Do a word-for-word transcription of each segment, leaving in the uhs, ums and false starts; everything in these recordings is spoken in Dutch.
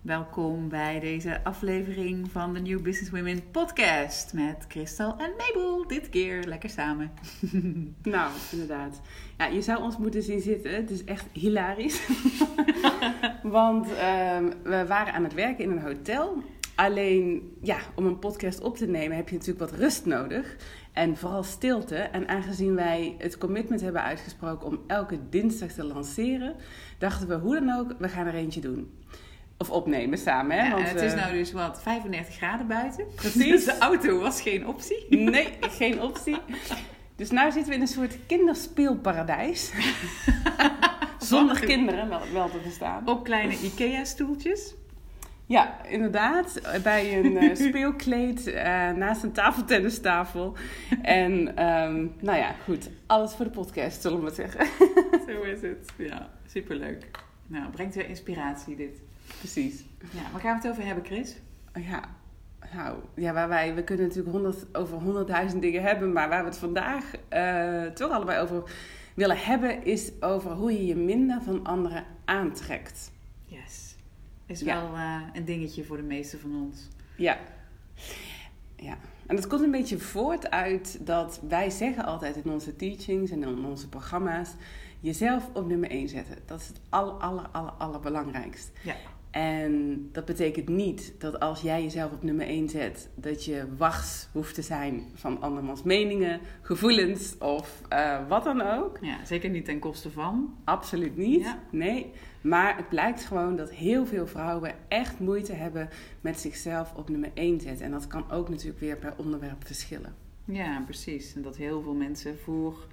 Welkom bij deze aflevering van de New Business Women podcast met Christel en Mabel. Dit keer lekker samen. Nou, inderdaad. Ja, je zou ons moeten zien zitten. Het is echt hilarisch. Want uh, we waren aan het werken in een hotel. Alleen, ja, om een podcast op te nemen heb je natuurlijk wat rust nodig. En vooral stilte. En aangezien wij het commitment hebben uitgesproken om elke dinsdag te lanceren, dachten we, hoe dan ook, we gaan er eentje doen. Of opnemen samen, hè? Ja, Want, het is uh, nou dus wat vijfendertig graden buiten. Precies. Dus de auto was geen optie. Nee, geen optie. Dus nu zitten we in een soort kinderspeelparadijs. Zonder kinderen, wel, wel te verstaan. Op kleine IKEA-stoeltjes. Ja, inderdaad. Bij een uh, speelkleed uh, naast een tafeltennistafel. En um, nou ja, goed. Alles voor de podcast, zullen we maar zeggen. Zo is het. Ja, superleuk. Nou, brengt weer inspiratie dit. Precies. Ja, waar gaan we het over hebben, Chris? Ja, nou, ja, waar wij, we kunnen natuurlijk honderd, over honderdduizend dingen hebben. Maar waar we het vandaag uh, toch allebei over willen hebben, is over hoe je je minder van anderen aantrekt. Yes. Is Ja. wel uh, een dingetje voor de meesten van ons. Ja. Ja. En dat komt een beetje voort uit dat wij zeggen altijd in onze teachings en in onze programma's, jezelf op nummer één zetten. Dat is het aller, aller, aller, allerbelangrijkst. Ja. En dat betekent niet dat als jij jezelf op nummer één zet, dat je wars hoeft te zijn van andermans meningen, gevoelens of uh, wat dan ook. Ja, zeker niet ten koste van. Absoluut niet. Ja. Nee. Maar het blijkt gewoon dat heel veel vrouwen echt moeite hebben met zichzelf op nummer één zetten. En dat kan ook natuurlijk weer per onderwerp verschillen. Ja, precies. En dat heel veel mensen voor,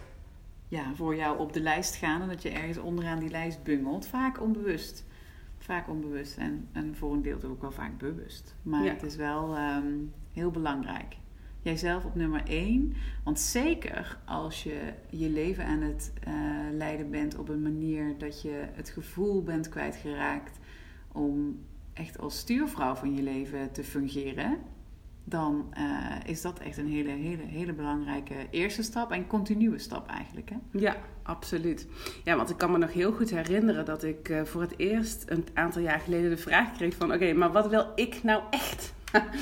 ja, voor jou op de lijst gaan en dat je ergens onderaan die lijst bungelt. Vaak onbewust. Vaak onbewust en, en voor een deel ook wel vaak bewust. Maar Ja. het is wel um, heel belangrijk. Jijzelf op nummer één. Want zeker als je je leven aan het uh, leiden bent op een manier dat je het gevoel bent kwijtgeraakt om echt als stuurvrouw van je leven te fungeren, dan uh, is dat echt een hele, hele, hele belangrijke eerste stap en continue stap eigenlijk. Hè? Ja, absoluut. Ja, want ik kan me nog heel goed herinneren dat ik uh, voor het eerst een aantal jaar geleden de vraag kreeg van, oké, okay, maar wat wil ik nou echt?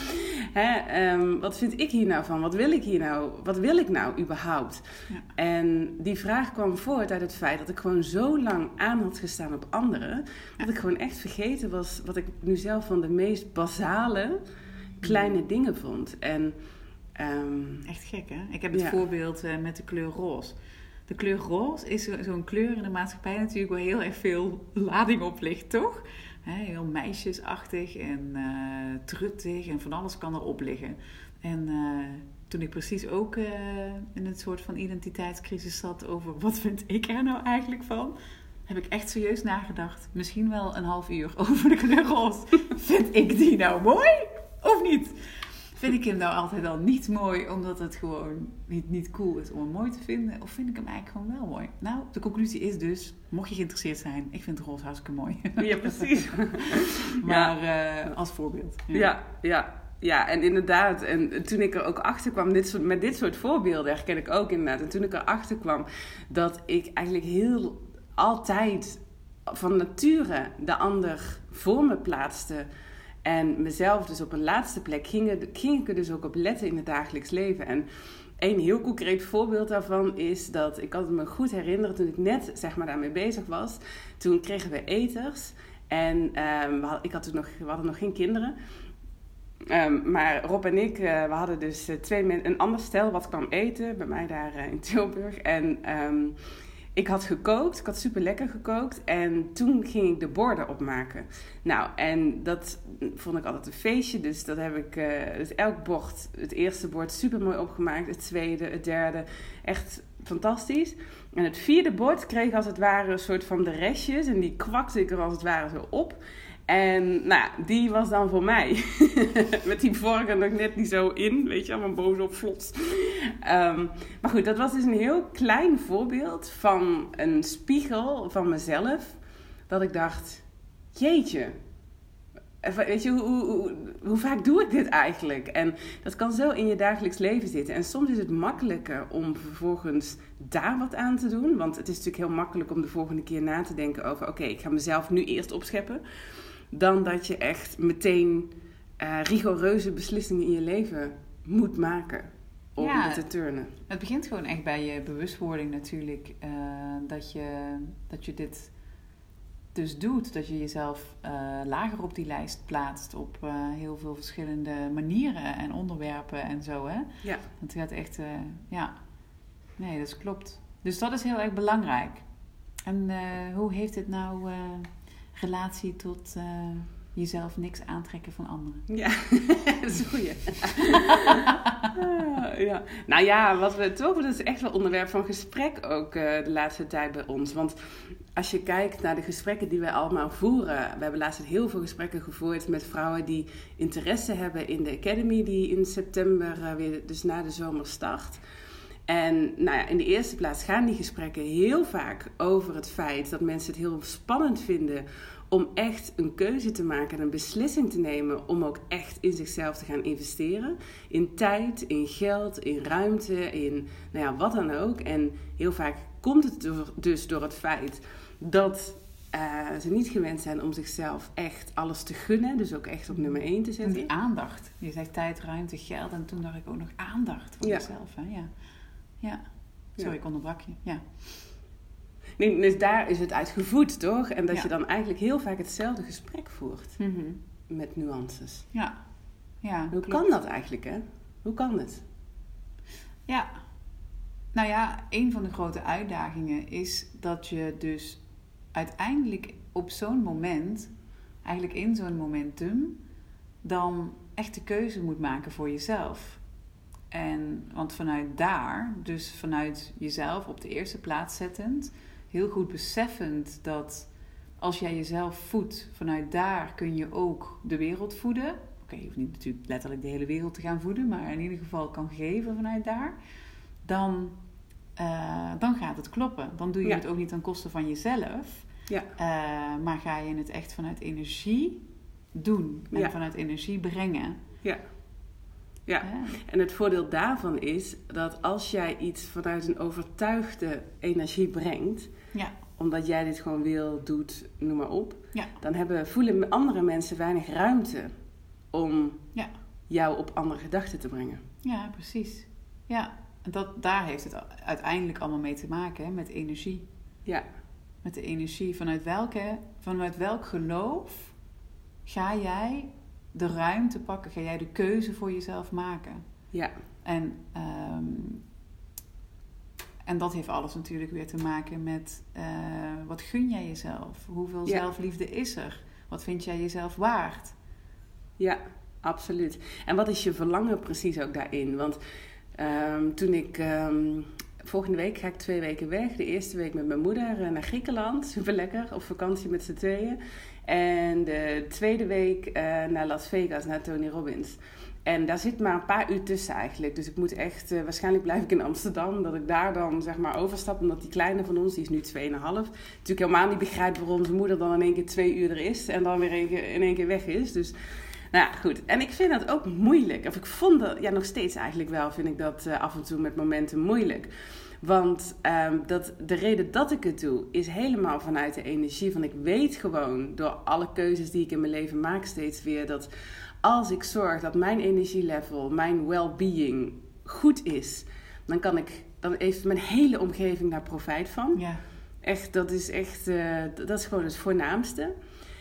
Hè, um, wat vind ik hier nou van? Wat wil ik hier nou? Wat wil ik nou überhaupt? Ja. En die vraag kwam voort uit het feit dat ik gewoon zo lang aan had gestaan op anderen, dat ik gewoon echt vergeten was wat ik nu zelf van de meest basale kleine dingen vond. En, um, echt gek, hè? Ik heb het ja. voorbeeld uh, met de kleur roze. De kleur roze is zo, zo'n kleur in de maatschappij natuurlijk waar heel erg veel lading op ligt, toch? He, heel meisjesachtig en uh, truttig en van alles kan erop liggen. En uh, toen ik precies ook uh, in een soort van identiteitscrisis zat over wat vind ik er nou eigenlijk van, heb ik echt serieus nagedacht. Misschien wel een half uur over de kleur roze. Vind ik die nou mooi of niet? Vind ik hem nou altijd al niet mooi omdat het gewoon niet, niet cool is om hem mooi te vinden? Of vind ik hem eigenlijk gewoon wel mooi? Nou, de conclusie is dus, mocht je geïnteresseerd zijn, ik vind roze hartstikke mooi. Ja, precies. Maar ja. uh, als voorbeeld. Ja. ja, ja. Ja, en inderdaad. En toen ik er ook achter kwam, dit soort, met dit soort voorbeelden herken ik ook inderdaad. En toen ik erachter kwam dat ik eigenlijk heel altijd van nature de ander voor me plaatste en mezelf dus op een laatste plek, ging, er, ging ik er dus ook op letten in het dagelijks leven. En een heel concreet voorbeeld daarvan is dat, ik kan het me goed herinneren, toen ik net zeg maar daarmee bezig was, toen kregen we eters. En um, we, had, ik had toen nog, we hadden nog geen kinderen. Um, maar Rob en ik, uh, we hadden dus uh, twee men, een ander stel wat kwam eten bij mij daar uh, in Tilburg. En um, ik had gekookt, ik had super lekker gekookt en toen ging ik de borden opmaken. Nou, en dat vond ik altijd een feestje, dus dat heb ik, uh, dus elk bord, het eerste bord super mooi opgemaakt, het tweede, het derde, echt fantastisch. En het vierde bord kreeg als het ware een soort van de restjes en die kwakte ik er als het ware zo op. En nou, die was dan voor mij. Met die vork er nog net niet zo in. Weet je, allemaal bovenop vlot. Um, maar goed, dat was dus een heel klein voorbeeld van een spiegel van mezelf. Dat ik dacht, jeetje. Weet je, hoe, hoe, hoe, hoe vaak doe ik dit eigenlijk? En dat kan zo in je dagelijks leven zitten. En soms is het makkelijker om vervolgens daar wat aan te doen. Want het is natuurlijk heel makkelijk om de volgende keer na te denken over, oké, okay, ik ga mezelf nu eerst opscheppen. dan dat je echt meteen uh, rigoureuze beslissingen in je leven moet maken om Ja, te turnen. Het begint gewoon echt bij je bewustwording natuurlijk. Uh, dat, je, dat je dit dus doet. Dat je jezelf uh, lager op die lijst plaatst. Op uh, heel veel verschillende manieren en onderwerpen en zo. Hè? Ja. Het gaat echt... Uh, ja, nee, dat klopt. Dus dat is heel erg belangrijk. En uh, hoe heeft dit nou uh, relatie tot... Uh, jezelf niks aantrekken van anderen? Ja, dat is een goeie. uh, ja. Nou ja, wat we toch, dat is echt wel onderwerp van gesprek ook uh, de laatste tijd bij ons. Want als je kijkt naar de gesprekken die wij allemaal voeren. We hebben laatst heel veel gesprekken gevoerd met vrouwen die interesse hebben in de Academy die in september uh, weer, dus na de zomer start. En nou ja, in de eerste plaats gaan die gesprekken heel vaak over het feit dat mensen het heel spannend vinden om echt een keuze te maken en een beslissing te nemen om ook echt in zichzelf te gaan investeren. In tijd, in geld, in ruimte, in nou ja, wat dan ook. En heel vaak komt het door, dus door het feit dat uh, ze niet gewend zijn om zichzelf echt alles te gunnen. Dus ook echt op nummer één te zetten. En die aandacht. Je zegt tijd, ruimte, geld. En toen dacht ik ook nog aandacht voor ja. jezelf. Hè? Ja. ja. Sorry, ja. ik onderbrak je. Ja. Nee, dus daar is het uit gevoed, toch? En dat ja. je dan eigenlijk heel vaak hetzelfde gesprek voert. Mm-hmm. Met nuances. Ja. ja Hoe klopt. kan dat eigenlijk, hè? Hoe kan het? Ja. Nou ja, een van de grote uitdagingen is dat je dus uiteindelijk op zo'n moment, eigenlijk in zo'n momentum, dan echt de keuze moet maken voor jezelf. En, want vanuit daar, dus vanuit jezelf op de eerste plaats zettend, heel goed beseffend dat als jij jezelf voedt, vanuit daar kun je ook de wereld voeden. Oké, okay, je hoeft niet natuurlijk letterlijk de hele wereld te gaan voeden, maar in ieder geval kan geven vanuit daar. Dan, uh, dan gaat het kloppen. Dan doe je ja. het ook niet ten koste van jezelf. Ja. Uh, maar ga je het echt vanuit energie doen. En ja. vanuit energie brengen. Ja. Ja, ja, en het voordeel daarvan is dat als jij iets vanuit een overtuigde energie brengt, ja. omdat jij dit gewoon wil, doet, noem maar op, ja. dan hebben, voelen andere mensen weinig ruimte om ja. jou op andere gedachten te brengen. Ja, precies. Ja, en dat, daar heeft het uiteindelijk allemaal mee te maken, hè, met energie. Ja. Met de energie. Vanuit welke, vanuit welk geloof ga jij de ruimte pakken, ga jij de keuze voor jezelf maken. Ja. En, um, en dat heeft alles natuurlijk weer te maken met uh, wat gun jij jezelf? Hoeveel ja. zelfliefde is er? Wat vind jij jezelf waard? Ja, absoluut. En wat is je verlangen precies ook daarin? Want um, toen ik... Um, volgende week ga ik twee weken weg. De eerste week met mijn moeder naar Griekenland. Super lekker, op vakantie met z'n tweeën. En de tweede week uh, naar Las Vegas, naar Tony Robbins. En daar zit maar een paar uur tussen eigenlijk. Dus ik moet echt, uh, waarschijnlijk blijf ik in Amsterdam. Dat ik daar dan zeg maar overstap. Omdat die kleine van ons, die is nu tweeënhalf. Natuurlijk helemaal niet begrijpt waarom zijn moeder dan in één keer twee uur er is. En dan weer een keer, in één keer weg is. Dus nou ja, goed. En ik vind dat ook moeilijk. Of ik vond dat, ja nog steeds eigenlijk wel, vind ik dat uh, af en toe met momenten moeilijk. Want um, dat, de reden dat ik het doe, is helemaal vanuit de energie van ik weet gewoon door alle keuzes die ik in mijn leven maak steeds weer, dat als ik zorg dat mijn energielevel, mijn well-being goed is, dan kan ik, dan heeft mijn hele omgeving daar profijt van. Ja. Echt, dat is echt, uh, dat is gewoon het voornaamste.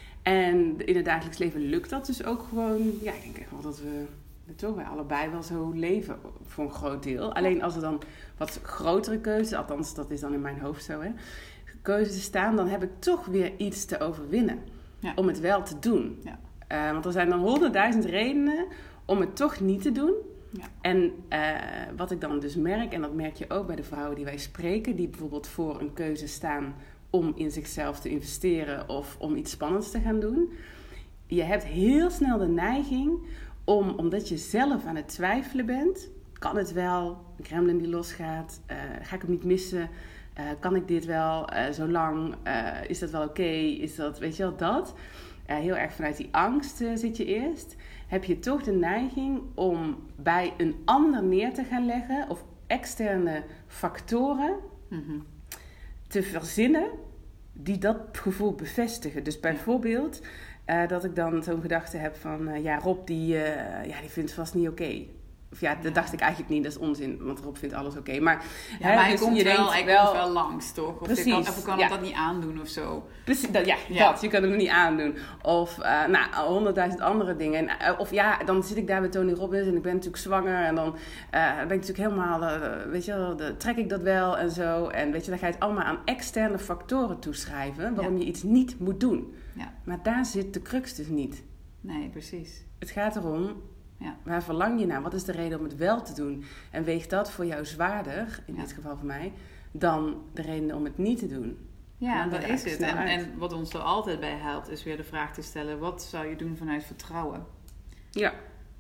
En in het dagelijks leven lukt dat dus ook gewoon, ja, ik denk echt wel dat we toch wij allebei wel zo leven voor een groot deel. Alleen als er dan wat grotere keuzes, althans dat is dan in mijn hoofd zo, hè, keuzes staan, dan heb ik toch weer iets te overwinnen. Ja. Om het wel te doen. Ja. Uh, want er zijn dan honderdduizend redenen om het toch niet te doen. Ja. En uh, wat ik dan dus merk, en dat merk je ook bij de vrouwen die wij spreken, die bijvoorbeeld voor een keuze staan om in zichzelf te investeren of om iets spannends te gaan doen. Je hebt heel snel de neiging om, omdat je zelf aan het twijfelen bent, kan het wel, een gremlin die losgaat, uh, ga ik hem niet missen, uh, kan ik dit wel, uh, zo lang, uh, is dat wel oké, okay? Is dat, weet je wel, dat. Uh, heel erg vanuit die angst uh, zit je eerst. Heb je toch de neiging om bij een ander neer te gaan leggen, of externe factoren mm-hmm. te verzinnen, die dat gevoel bevestigen. Dus bijvoorbeeld uh, dat ik dan zo'n gedachte heb van... Uh, ja, Rob die, uh, ja, die vindt het vast niet oké. Okay. Of ja, dat ja. dacht ik eigenlijk niet. Dat is onzin, want Rob vindt alles oké. Okay. Maar, ja, hè, maar hij, dus komt, je wel, hij wel, komt wel langs, toch? Of precies. Ik kan, of ik kan ja. dat niet aandoen of zo. Precies, dat, ja, ja, dat. Je kan hem niet aandoen. Of, uh, nou, honderdduizend andere dingen. En, uh, of ja, dan zit ik daar bij Tony Robbins en ik ben natuurlijk zwanger. En dan uh, ben ik natuurlijk helemaal, uh, weet je wel, de, trek ik dat wel en zo. En weet je, dan ga je het allemaal aan externe factoren toeschrijven. Waarom ja. je iets niet moet doen. Ja. Maar daar zit de crux dus niet. Nee, precies. Het gaat erom... Ja. Waar verlang je naar? Wat is de reden om het wel te doen? En weegt dat voor jou zwaarder, in ja. dit geval voor mij, dan de reden om het niet te doen? Ja, dat is het. En, en wat ons er altijd bij helpt, is weer de vraag te stellen: wat zou je doen vanuit vertrouwen? Ja.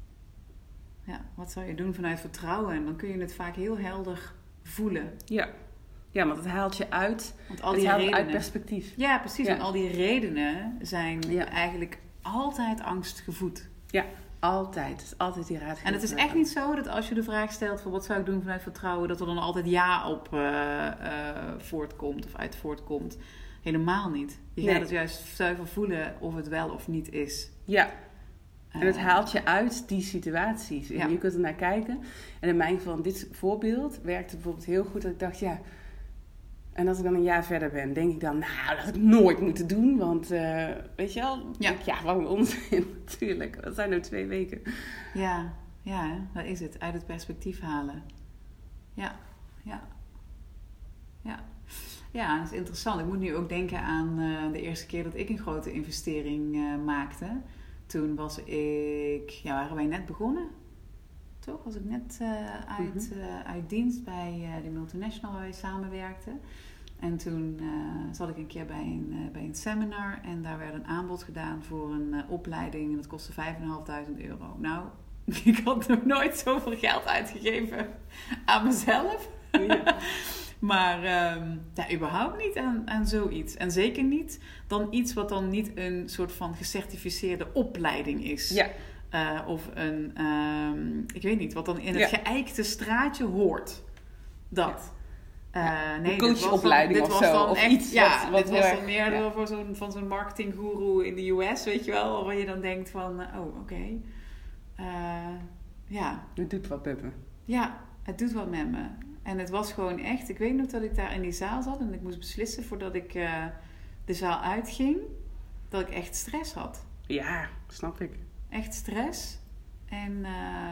Ja, wat zou je doen vanuit vertrouwen? En dan kun je het vaak heel helder voelen. Ja. Ja, want het haalt je uit, want al die het haalt redenen, uit perspectief. Ja, precies. Ja. Want al die redenen zijn ja. eigenlijk altijd angstgevoed. Ja. Altijd. Het is altijd die raad. En het is echt niet zo dat als je de vraag stelt van wat zou ik doen vanuit vertrouwen, dat er dan altijd ja op uh, uh, voortkomt of uit voortkomt. Helemaal niet. Je nee. gaat het juist zuiver voelen of het wel of niet is. Ja. En het haalt je uit die situaties. En ja. je kunt er naar kijken. En in mijn geval, dit voorbeeld werkte bijvoorbeeld heel goed. Dat ik dacht, ja... En als ik dan een jaar verder ben, denk ik dan... Nou, dat had ik nooit moeten doen. Want, uh, weet je wel... Ja, denk, ja waarom onzin? Natuurlijk. Dat zijn nou twee weken. Ja, ja, dat is het. Uit het perspectief halen. Ja, ja. Ja. Ja, dat is interessant. Ik moet nu ook denken aan uh, de eerste keer dat ik een grote investering uh, maakte. Toen was ik... Ja, waren wij net begonnen? Toch? Was ik net uh, uit, uh, uit dienst bij uh, die multinational waar wij samenwerkten. En toen uh, zat ik een keer bij een, uh, bij een seminar. En daar werd een aanbod gedaan voor een uh, opleiding. En dat kostte vijfduizend vijfhonderd euro. Nou, ik had nog nooit zoveel geld uitgegeven aan mezelf. Ja. Maar um, ja, überhaupt niet aan, aan zoiets. En zeker niet dan iets wat dan niet een soort van gecertificeerde opleiding is. Ja. Uh, of een, um, ik weet niet, wat dan in het ja. geëikte straatje hoort. Dat. Ja. Uh, nee, een coachopleiding of zo. Of echt, iets ja, wat, wat dit was dan erg, meer ja. voor zo'n, van zo'n marketinggoeroe in de U S, weet je wel. Waar je dan denkt van, oh, oké. Okay. Uh, ja. Het doet wat met me. Ja, het doet wat met me. En het was gewoon echt, ik weet nog dat ik daar in die zaal zat. En ik moest beslissen voordat ik uh, de zaal uitging. Dat ik echt stress had. Ja, snap ik. Echt stress. En, uh,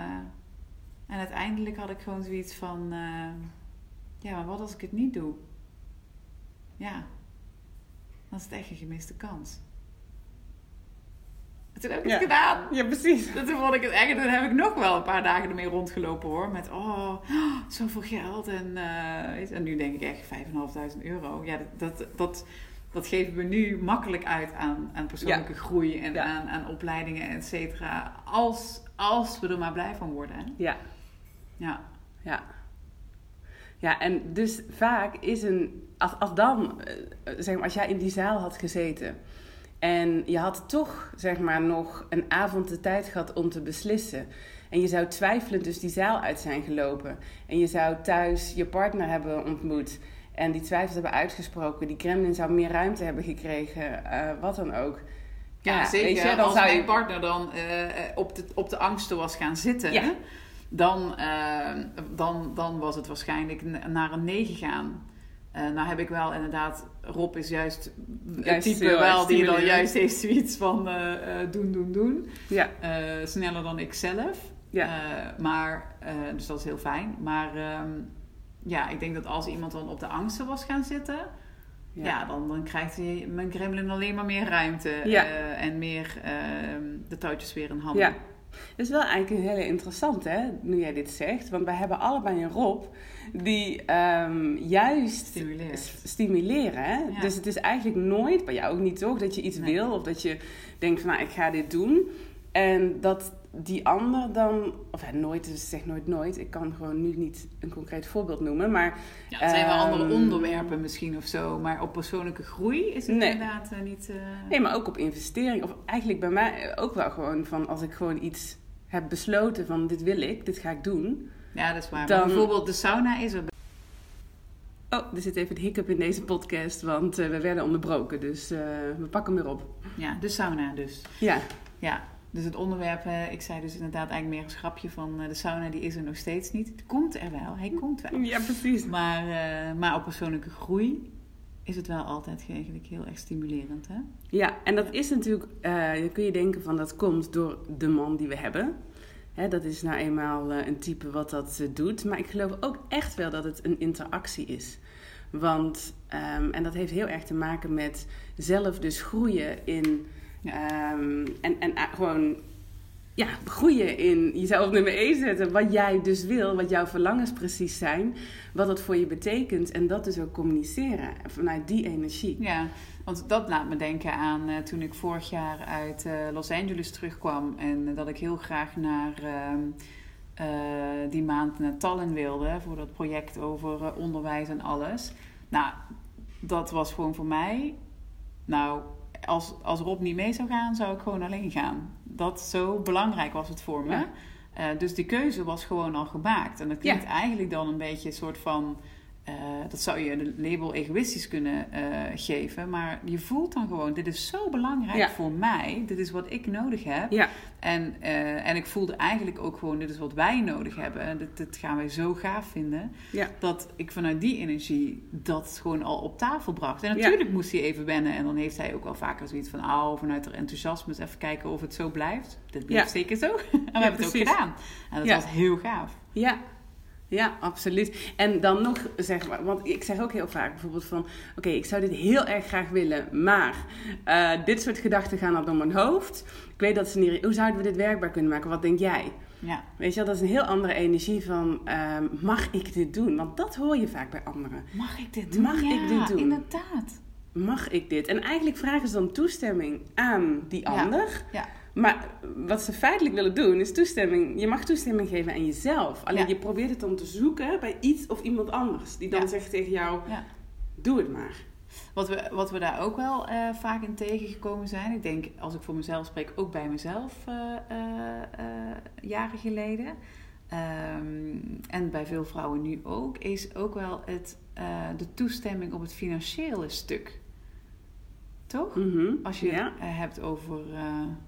en uiteindelijk had ik gewoon zoiets van... Uh, ja, maar wat als ik het niet doe? Ja. Dan is het echt een gemiste kans. En toen heb ik ja. het gedaan. Ja, precies. En toen vond ik het echt... En toen heb ik nog wel een paar dagen ermee rondgelopen hoor. Met, oh, oh zoveel geld. En, uh, en nu denk ik echt vijfduizend vijfhonderd euro. Ja, dat... dat, dat Dat geven we nu makkelijk uit aan, aan persoonlijke ja. groei en ja. aan, aan opleidingen, et cetera. Als, als we er maar blij van worden. Hè? Ja. Ja. Ja. Ja, en dus vaak is een... Als, als dan, zeg maar, als jij in die zaal had gezeten... en je had toch, zeg maar, nog een avond de tijd gehad om te beslissen... en je zou twijfelend dus die zaal uit zijn gelopen... en je zou thuis je partner hebben ontmoet... en die twijfels hebben uitgesproken... die Kremlin zou meer ruimte hebben gekregen... Uh, wat dan ook. Ja, ja zeker. Weet je, dan als zou mijn je... partner dan uh, op, de, op de angsten was gaan zitten... Ja. Dan, uh, dan, dan was het waarschijnlijk naar een nee gegaan. Uh, nou heb ik wel inderdaad... Rob is juist het type wel die dan juist heeft zoiets van... Uh, uh, doen, doen, doen. Ja. Uh, sneller dan ik zelf. Ja. Uh, maar, uh, dus dat is heel fijn. Maar... Uh, Ja, ik denk dat als iemand dan op de angsten was gaan zitten... Ja, ja dan, dan krijgt hij mijn gremlin alleen maar meer ruimte. Ja. Uh, en meer uh, de touwtjes weer in handen. Ja, dat is wel eigenlijk een hele interessant, hè, nu jij dit zegt. Want wij hebben allebei een Rob die um, juist Stimuleert. stimuleren. Hè? Ja. Dus het is eigenlijk nooit, bij jou ook niet toch, dat je iets nee. wil... of dat je denkt van, nou, ik ga dit doen... En dat die ander dan... Of ja, nooit, dus zeg nooit nooit. Ik kan gewoon nu niet een concreet voorbeeld noemen. Maar, ja, het zijn wel um, andere onderwerpen misschien of zo. Maar op persoonlijke groei is het nee. inderdaad uh, niet... Uh... Nee, maar ook op investering. Of eigenlijk bij mij ook wel gewoon van... Als ik gewoon iets heb besloten van dit wil ik, dit ga ik doen. Ja, dat is waar. Dan... Maar bijvoorbeeld de sauna is er... Oh, er zit even een hiccup in deze podcast, want uh, we werden onderbroken. Dus uh, we pakken hem weer op. Ja, de sauna dus. Ja. Ja, dus het onderwerp, uh, ik zei dus inderdaad eigenlijk meer een grapje van uh, de sauna, die is er nog steeds niet. Het komt er wel, hij komt wel. Ja, precies. Maar, uh, maar op persoonlijke groei is het wel altijd eigenlijk heel erg stimulerend, hè? Ja, en dat is natuurlijk, uh, dan kun je denken van dat komt door de man die we hebben. Hè, dat is nou eenmaal uh, een type wat dat uh, doet. Maar ik geloof ook echt wel dat het een interactie is. Want, um, en dat heeft heel erg te maken met zelf dus groeien in... Ja. Um, en, en uh, gewoon ja, groeien in jezelf nummer één zetten. Wat jij dus wil, wat jouw verlangens precies zijn. Wat dat voor je betekent. En dat dus ook communiceren vanuit die energie. Ja, want dat laat me denken aan uh, toen ik vorig jaar uit uh, Los Angeles terugkwam. En uh, dat ik heel graag naar uh, uh, die maand naar Tallinn wilde. Voor dat project over uh, onderwijs en alles. Nou, dat was gewoon voor mij... Nou... Als, als Rob niet mee zou gaan, zou ik gewoon alleen gaan. Dat zo belangrijk was het voor me. Ja. Uh, dus die keuze was gewoon al gemaakt. En dat klinkt ja. eigenlijk dan een beetje een soort van... Uh, dat zou je de label egoïstisch kunnen uh, geven. Maar je voelt dan gewoon... Dit is zo belangrijk ja. voor mij. Dit is wat ik nodig heb. Ja. En, uh, en ik voelde eigenlijk ook gewoon... Dit is wat wij nodig hebben. En dit, dit gaan wij zo gaaf vinden. Ja. Dat ik vanuit die energie dat gewoon al op tafel bracht. En natuurlijk ja. moest hij even wennen. En dan heeft hij ook wel vaker zoiets van... Oh, vanuit haar enthousiasme even kijken of het zo blijft. Dit bleef ja. zeker zo. En we ja, hebben precies. het ook gedaan. En dat ja. was heel gaaf. Ja. Ja, absoluut. En dan nog, zeg maar, want ik zeg ook heel vaak bijvoorbeeld van... Oké, okay, ik zou dit heel erg graag willen, maar uh, dit soort gedachten gaan al door mijn hoofd. Ik weet dat ze niet... Hoe zouden we dit werkbaar kunnen maken? Wat denk jij? Ja. Weet je wel, dat is een heel andere energie van... Uh, mag ik dit doen? Want dat hoor je vaak bij anderen. Mag ik dit doen? Mag ja, ik dit doen? Inderdaad. Mag ik dit? En eigenlijk vragen ze dan toestemming aan die ja. ander... Ja. Maar wat ze feitelijk willen doen is toestemming. Je mag toestemming geven aan jezelf. Alleen ja. je probeert het dan te zoeken bij iets of iemand anders. Die dan ja. zegt tegen jou, ja. doe het maar. Wat we, wat we daar ook wel uh, vaak in tegengekomen zijn. Ik denk, als ik voor mezelf spreek, ook bij mezelf uh, uh, uh, jaren geleden. Um, en bij veel vrouwen nu ook. Is ook wel het, uh, de toestemming op het financiële stuk. Toch? Mm-hmm. Als je ja. het uh, hebt over... Uh,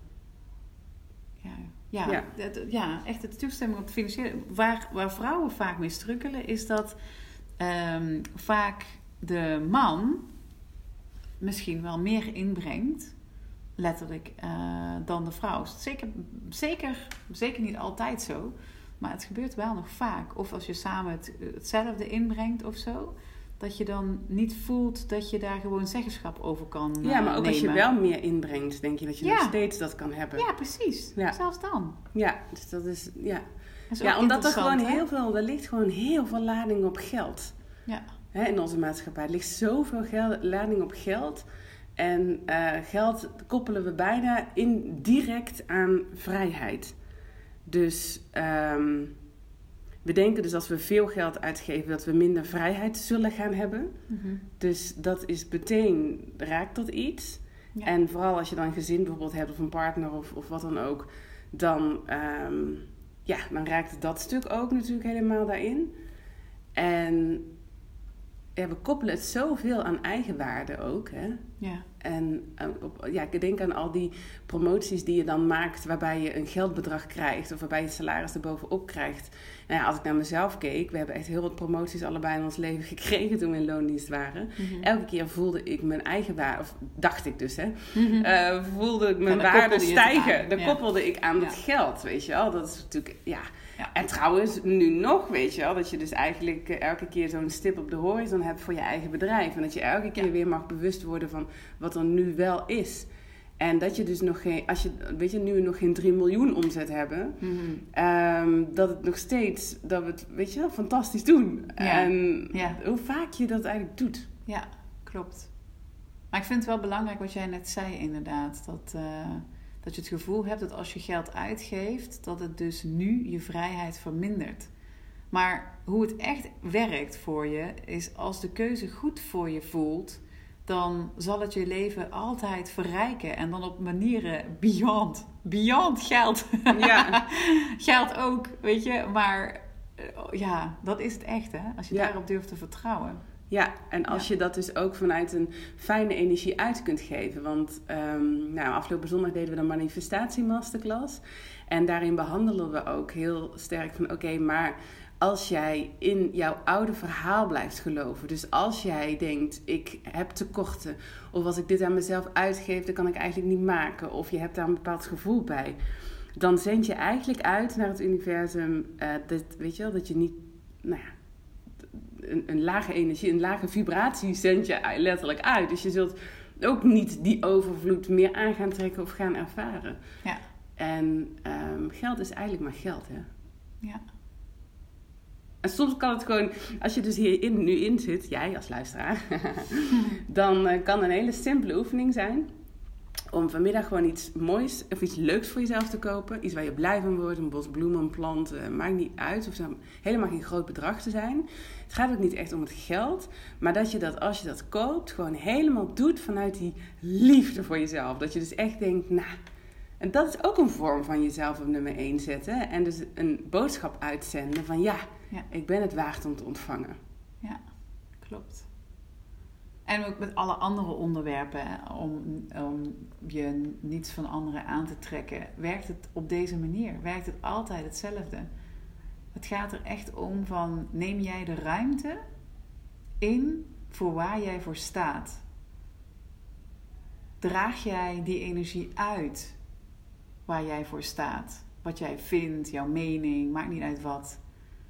Ja, ja, ja. Het, ja, echt de toestemming op het financiële. Waar, waar vrouwen vaak mee strukkelen, is dat um, vaak de man misschien wel meer inbrengt, letterlijk, uh, dan de vrouw. Zeker, zeker, zeker niet altijd zo, maar het gebeurt wel nog vaak. Of als je samen het, hetzelfde inbrengt of zo. Dat je dan niet voelt dat je daar gewoon zeggenschap over kan uh, Ja, maar ook nemen. als je wel meer inbrengt, denk je dat je ja. nog steeds dat kan hebben. Ja, precies. Ja. Zelfs dan. Ja, dus dat is... Ja, dat is ja omdat er gewoon hè? heel veel... Er ligt gewoon heel veel lading op geld. Ja. Hè, in onze maatschappij. Er ligt zoveel geld, lading op geld. En uh, geld koppelen we bijna indirect aan vrijheid. Dus... Um, We denken dus als we veel geld uitgeven dat we minder vrijheid zullen gaan hebben. Mm-hmm. Dus dat is meteen, raakt dat iets. Ja. En vooral als je dan een gezin bijvoorbeeld hebt of een partner of, of wat dan ook. Dan, um, ja, dan raakt dat stuk ook natuurlijk helemaal daarin. En ja, we koppelen het zoveel aan eigenwaarde ook. Hè? Ja. En op, ja, ik denk aan al die promoties die je dan maakt waarbij je een geldbedrag krijgt of waarbij je salaris erbovenop krijgt. Nou ja, als ik naar mezelf keek, we hebben echt heel wat promoties allebei in ons leven gekregen toen we in loondienst waren. Mm-hmm. Elke keer voelde ik mijn eigen waarde, of dacht ik dus, hè, mm-hmm. uh, voelde ik mijn waarde stijgen. Dan ja. koppelde ik aan ja. het geld, weet je wel. Dat is natuurlijk, ja... Ja. En trouwens, nu nog, weet je wel, dat je dus eigenlijk uh, elke keer zo'n stip op de horizon hebt voor je eigen bedrijf. En dat je elke keer ja. weer mag bewust worden van wat er nu wel is. En dat je dus nog geen, als je, weet je, nu nog geen drie miljoen omzet hebben, mm-hmm. um, dat het nog steeds, dat we het, weet je wel, fantastisch doen. Ja. En ja. hoe vaak je dat eigenlijk doet. Ja, klopt. Maar ik vind het wel belangrijk wat jij net zei inderdaad, dat... Uh... Dat je het gevoel hebt dat als je geld uitgeeft, dat het dus nu je vrijheid vermindert. Maar hoe het echt werkt voor je, is als de keuze goed voor je voelt, dan zal het je leven altijd verrijken. En dan op manieren beyond, beyond geld. Ja. Geld ook, weet je. Maar ja, dat is het echt, hè. Als je ja. daarop durft te vertrouwen. Ja, en als Ja. je dat dus ook vanuit een fijne energie uit kunt geven. Want um, nou, afgelopen zondag deden we de manifestatie masterclass. En daarin behandelen we ook heel sterk van oké, okay, maar als jij in jouw oude verhaal blijft geloven. Dus als jij denkt, ik heb tekorten. Of als ik dit aan mezelf uitgeef, dan kan ik eigenlijk niet maken. Of je hebt daar een bepaald gevoel bij. Dan zend je eigenlijk uit naar het universum. Uh, dat, weet je wel, dat je niet... Nou ja, Een, een lage energie, een lage vibratie zend je letterlijk uit. Dus je zult ook niet die overvloed meer aan gaan trekken of gaan ervaren. Ja. En um, geld is eigenlijk maar geld, hè? Ja. En soms kan het gewoon, als je dus hier nu in zit, jij als luisteraar, dan uh, kan een hele simpele oefening zijn om vanmiddag gewoon iets moois of iets leuks voor jezelf te kopen. Iets waar je blij van wordt, een bos bloemen, een plant, uh, maakt niet uit. Het hoeft helemaal geen groot bedrag te zijn. Het gaat ook niet echt om het geld, maar dat je dat als je dat koopt, gewoon helemaal doet vanuit die liefde voor jezelf. Dat je dus echt denkt, nou, en dat is ook een vorm van jezelf op nummer één zetten. En dus een boodschap uitzenden van ja, ja. ik ben het waard om te ontvangen. Ja, klopt. En ook met alle andere onderwerpen, om, om je niets van anderen aan te trekken, werkt het op deze manier. Werkt het altijd hetzelfde. Het gaat er echt om van, neem jij de ruimte in voor waar jij voor staat? Draag jij die energie uit waar jij voor staat? Wat jij vindt, jouw mening, maakt niet uit wat.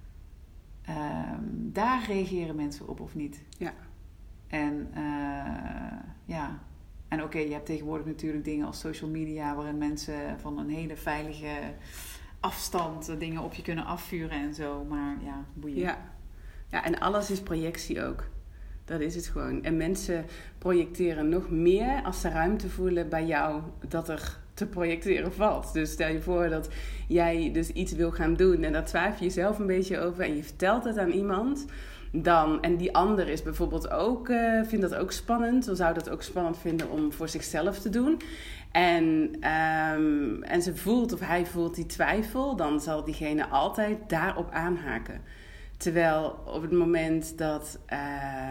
Um, daar reageren mensen op of niet. Ja. En uh, ja, en oké, okay, je hebt tegenwoordig natuurlijk dingen als social media waarin mensen van een hele veilige afstand dingen op je kunnen afvuren en zo, maar ja, boeien. Ja, ja, en alles is projectie ook. Dat is het gewoon. En mensen projecteren nog meer als ze ruimte voelen bij jou dat er te projecteren valt. Dus stel je voor dat jij dus iets wil gaan doen en daar twijfel je zelf een beetje over en je vertelt het aan iemand. Dan, en die ander is bijvoorbeeld ook, uh, vindt dat ook spannend. Dan zou dat ook spannend vinden om voor zichzelf te doen. En, um, en ze voelt of hij voelt die twijfel, dan zal diegene altijd daarop aanhaken. Terwijl op het moment dat... Uh,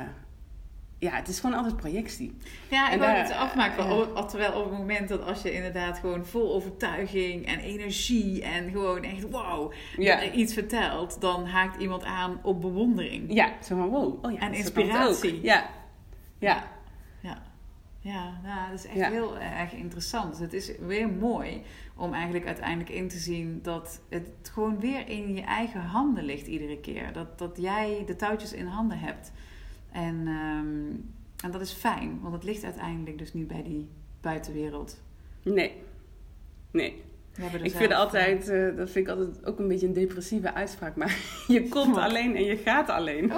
ja, het is gewoon altijd projectie. Ja, ik wou het afmaken. Uh, uh, terwijl op het moment dat als je inderdaad gewoon vol overtuiging en energie en gewoon echt wow, ja. iets vertelt, dan haakt iemand aan op bewondering. Ja, zo van wow. Oh ja, en inspiratie. Ja. Ja. Ja. Ja, nou, dat is echt ja. heel erg interessant. Dus het is weer mooi om eigenlijk uiteindelijk in te zien dat het gewoon weer in je eigen handen ligt iedere keer. Dat, dat jij de touwtjes in handen hebt. En, um, en dat is fijn, want het ligt uiteindelijk dus niet bij die buitenwereld. Nee, nee. Ik vind altijd, uh, dat vind ik altijd ook een beetje een depressieve uitspraak, maar je komt Wat? alleen en je gaat alleen.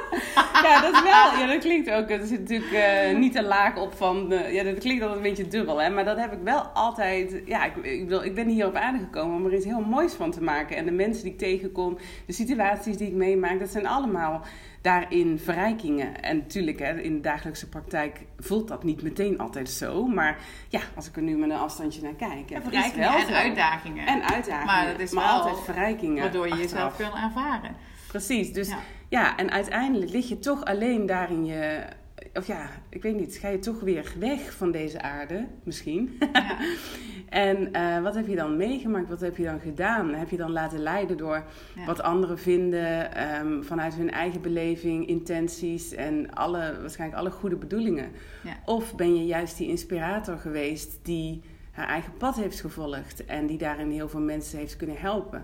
Ja, dat is wel, ja, dat klinkt ook, er zit natuurlijk uh, niet een laag op van, uh, ja, dat klinkt altijd een beetje dubbel, hè, maar dat heb ik wel altijd, ja, ik, ik, bedoel, ik ben hier op aarde gekomen om er iets heel moois van te maken. En de mensen die ik tegenkom, de situaties die ik meemaak, dat zijn allemaal daarin verrijkingen. En natuurlijk, hè, in de dagelijkse praktijk voelt dat niet meteen altijd zo. Maar ja, als ik er nu met een afstandje naar kijk. Ja, verrijkingen en zo. uitdagingen. En uitdagingen. Maar het is maar wel altijd verrijkingen. Waardoor je achteraf. jezelf kan ervaren. Precies. Dus ja. ja, en uiteindelijk lig je toch alleen daar in je... Of ja, ik weet niet. Ga je toch weer weg van deze aarde? Misschien. Ja. En uh, wat heb je dan meegemaakt? Wat heb je dan gedaan? Heb je dan laten leiden door ja. wat anderen vinden, um, vanuit hun eigen beleving, intenties en alle, waarschijnlijk alle goede bedoelingen? Ja. Of ben je juist die inspirator geweest die haar eigen pad heeft gevolgd en die daarin heel veel mensen heeft kunnen helpen?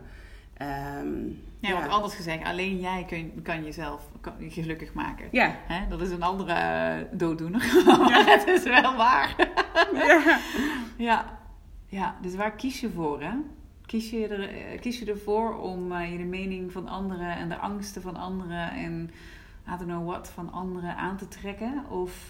Um, ja, ja, want anders gezegd, alleen jij kun, kan jezelf kan je gelukkig maken. Ja. Hè? Dat is een andere uh, dooddoener. Ja. Het is wel waar. Ja. Ja. Ja, dus waar kies je voor, hè? Kies je, er, kies je ervoor om uh, je de mening van anderen en de angsten van anderen en I don't know what van anderen aan te trekken? Of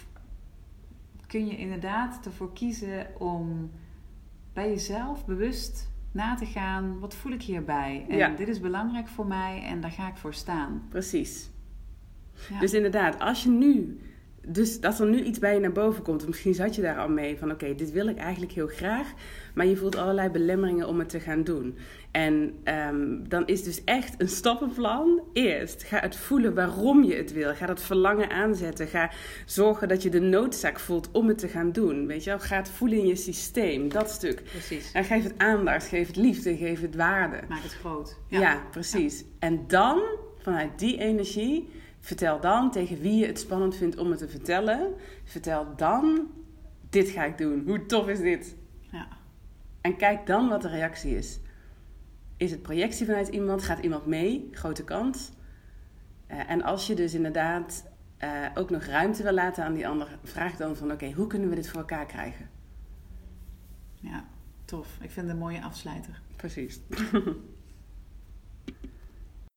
kun je inderdaad ervoor kiezen om bij jezelf bewust na te gaan, wat voel ik hierbij? En ja. dit is belangrijk voor mij en daar ga ik voor staan. Precies. Ja. Dus inderdaad, als je nu dus dat er nu iets bij je naar boven komt. Misschien zat je daar al mee van oké, okay, dit wil ik eigenlijk heel graag. Maar je voelt allerlei belemmeringen om het te gaan doen. En um, dan is dus echt een stappenplan. Eerst ga het voelen waarom je het wil. Ga dat verlangen aanzetten. Ga zorgen dat je de noodzaak voelt om het te gaan doen. Weet je wel? Ga het voelen in je systeem. Dat stuk. Precies. En geef het aandacht, geef het liefde, geef het waarde. Maak het groot. Ja, ja precies. Ja. En dan, vanuit die energie, vertel dan tegen wie je het spannend vindt om het te vertellen. Vertel dan, dit ga ik doen. Hoe tof is dit? Ja. En kijk dan wat de reactie is. Is het projectie vanuit iemand? Gaat iemand mee? Grote kans. Uh, en als je dus inderdaad uh, ook nog ruimte wil laten aan die ander, vraag dan van oké, okay, hoe kunnen we dit voor elkaar krijgen? Ja, tof. Ik vind het een mooie afsluiter. Precies.